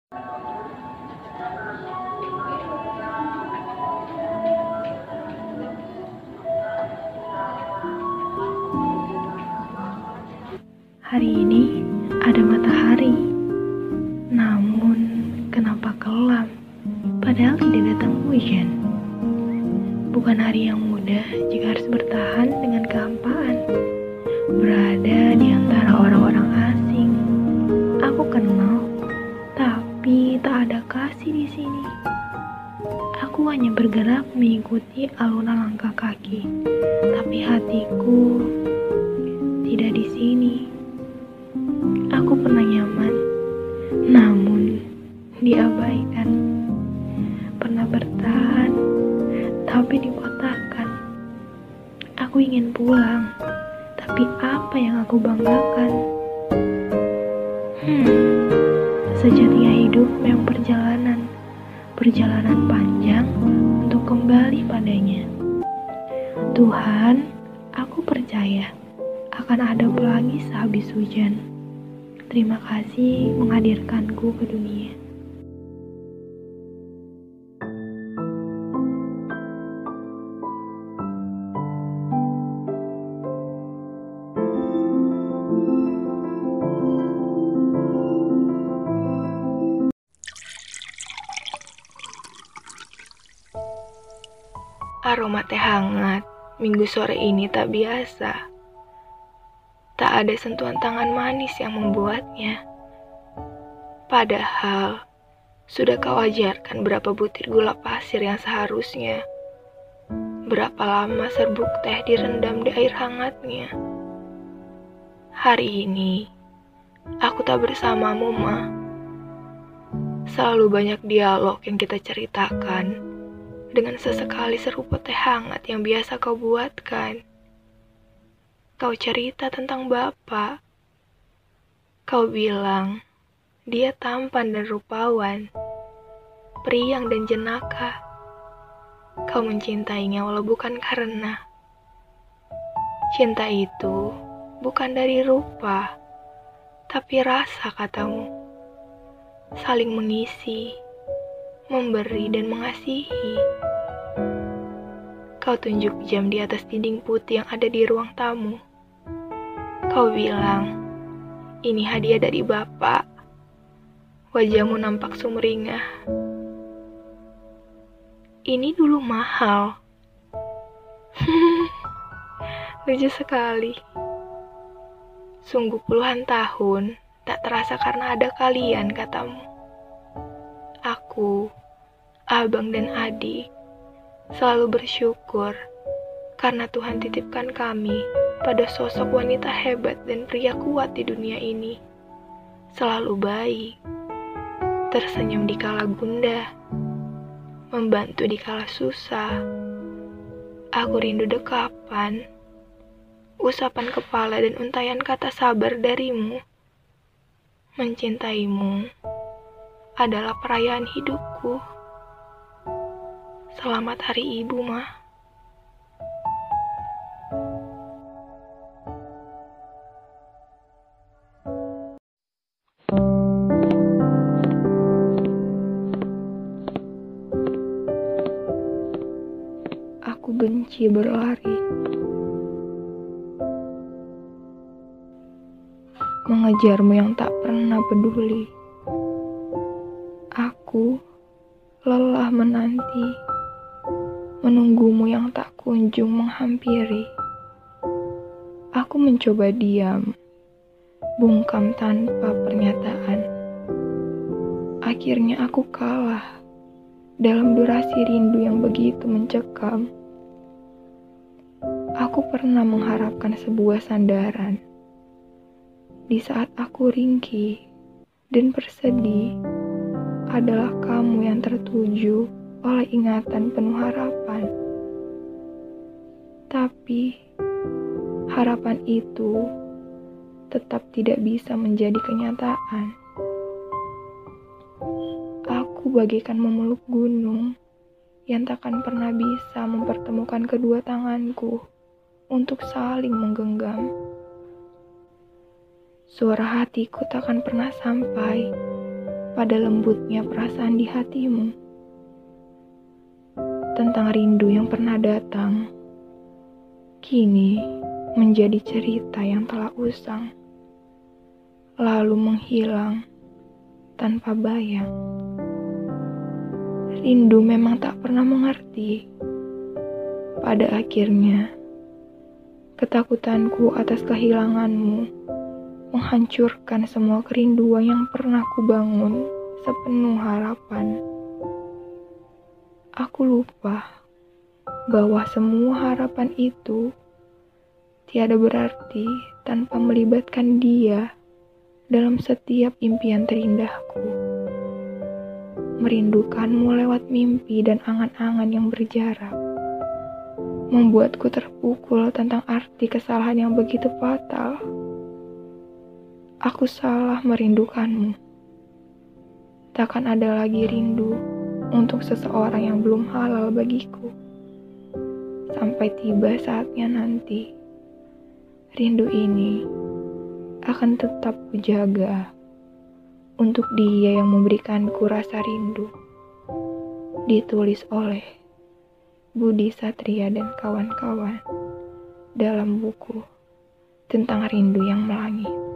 Hari ini ada matahari, namun kenapa kelam? Padahal tidak datang hujan. Bukan hari yang mudah jika harus bertahan dengan kehampaan. Berada di antara orang-orang asing, aku kenal, tapi tak ada kasih di sini. Aku hanya bergerak mengikuti alunan langkah kaki, tapi hatiku tidak di sini. Aku pernah nyaman, namun diabaikan. Pernah bertahan, tapi dipatahkan. Aku ingin pulang, tapi apa yang aku banggakan? Sejatinya hidup memang perjalanan panjang untuk kembali padanya. Tuhan, aku percaya akan ada pelangi sehabis hujan. Terima kasih menghadirkanku ke dunia. Aroma teh hangat minggu sore ini tak biasa. Tak ada sentuhan tangan manis yang membuatnya. Padahal sudah kau ajarkan berapa butir gula pasir yang seharusnya. Berapa lama serbuk teh direndam di air hangatnya. Hari ini aku tak bersamamu, Ma. Selalu banyak dialog yang kita ceritakan dengan sesekali seruput teh hangat yang biasa kau buatkan. Kau cerita tentang Bapak. Kau bilang dia tampan dan rupawan, periang dan jenaka. Kau mencintainya walau bukan karena. Cinta itu bukan dari rupa, tapi rasa, katamu. Saling mengisi, memberi dan mengasihi. Kau tunjuk jam di atas dinding putih yang ada di ruang tamu. Kau bilang, ini hadiah dari Bapak. Wajahmu nampak sumringah. Ini dulu mahal. Lucu sekali. Sungguh puluhan tahun tak terasa karena ada kalian, katamu. Aku, abang dan adik, selalu bersyukur karena Tuhan titipkan kami pada sosok wanita hebat dan pria kuat di dunia ini. Selalu baik, tersenyum di kala gundah, membantu di kala susah. Aku rindu dekapan, usapan kepala dan untaian kata sabar darimu. Mencintaimu adalah perayaan hidupku. Selamat Hari Ibu, Ma. Aku benci berlari, mengejarmu yang tak pernah peduli. Aku lelah menanti, menunggumu yang tak kunjung menghampiri. Aku mencoba diam, bungkam tanpa pernyataan. Akhirnya aku kalah dalam durasi rindu yang begitu mencekam. Aku pernah mengharapkan sebuah sandaran. Di saat aku ringkih dan bersedih, adalah kamu yang tertuju oleh ingatan penuh harapan. Tapi harapan itu tetap tidak bisa menjadi kenyataan. Aku bagaikan memeluk gunung yang takkan pernah bisa mempertemukan kedua tanganku untuk saling menggenggam. Suara hatiku takkan pernah sampai pada lembutnya perasaan di hatimu, tentang rindu yang pernah datang, kini menjadi cerita yang telah usang, lalu menghilang tanpa bayang. Rindu memang tak pernah mengerti. Pada akhirnya, ketakutanku atas kehilanganmu menghancurkan semua kerinduan yang pernah kubangun sepenuh harapan. Aku lupa bahwa semua harapan itu tiada berarti tanpa melibatkan dia dalam setiap impian terindahku. Merindukanmu lewat mimpi dan angan-angan yang berjarak membuatku terpukul tentang arti kesalahan yang begitu fatal. Aku salah merindukanmu. Takkan ada lagi rindu untuk seseorang yang belum halal bagiku. Sampai tiba saatnya nanti, rindu ini akan tetap kujaga untuk dia yang memberikanku rasa rindu. Ditulis oleh Budi Satria dan kawan-kawan dalam buku tentang rindu yang melangit.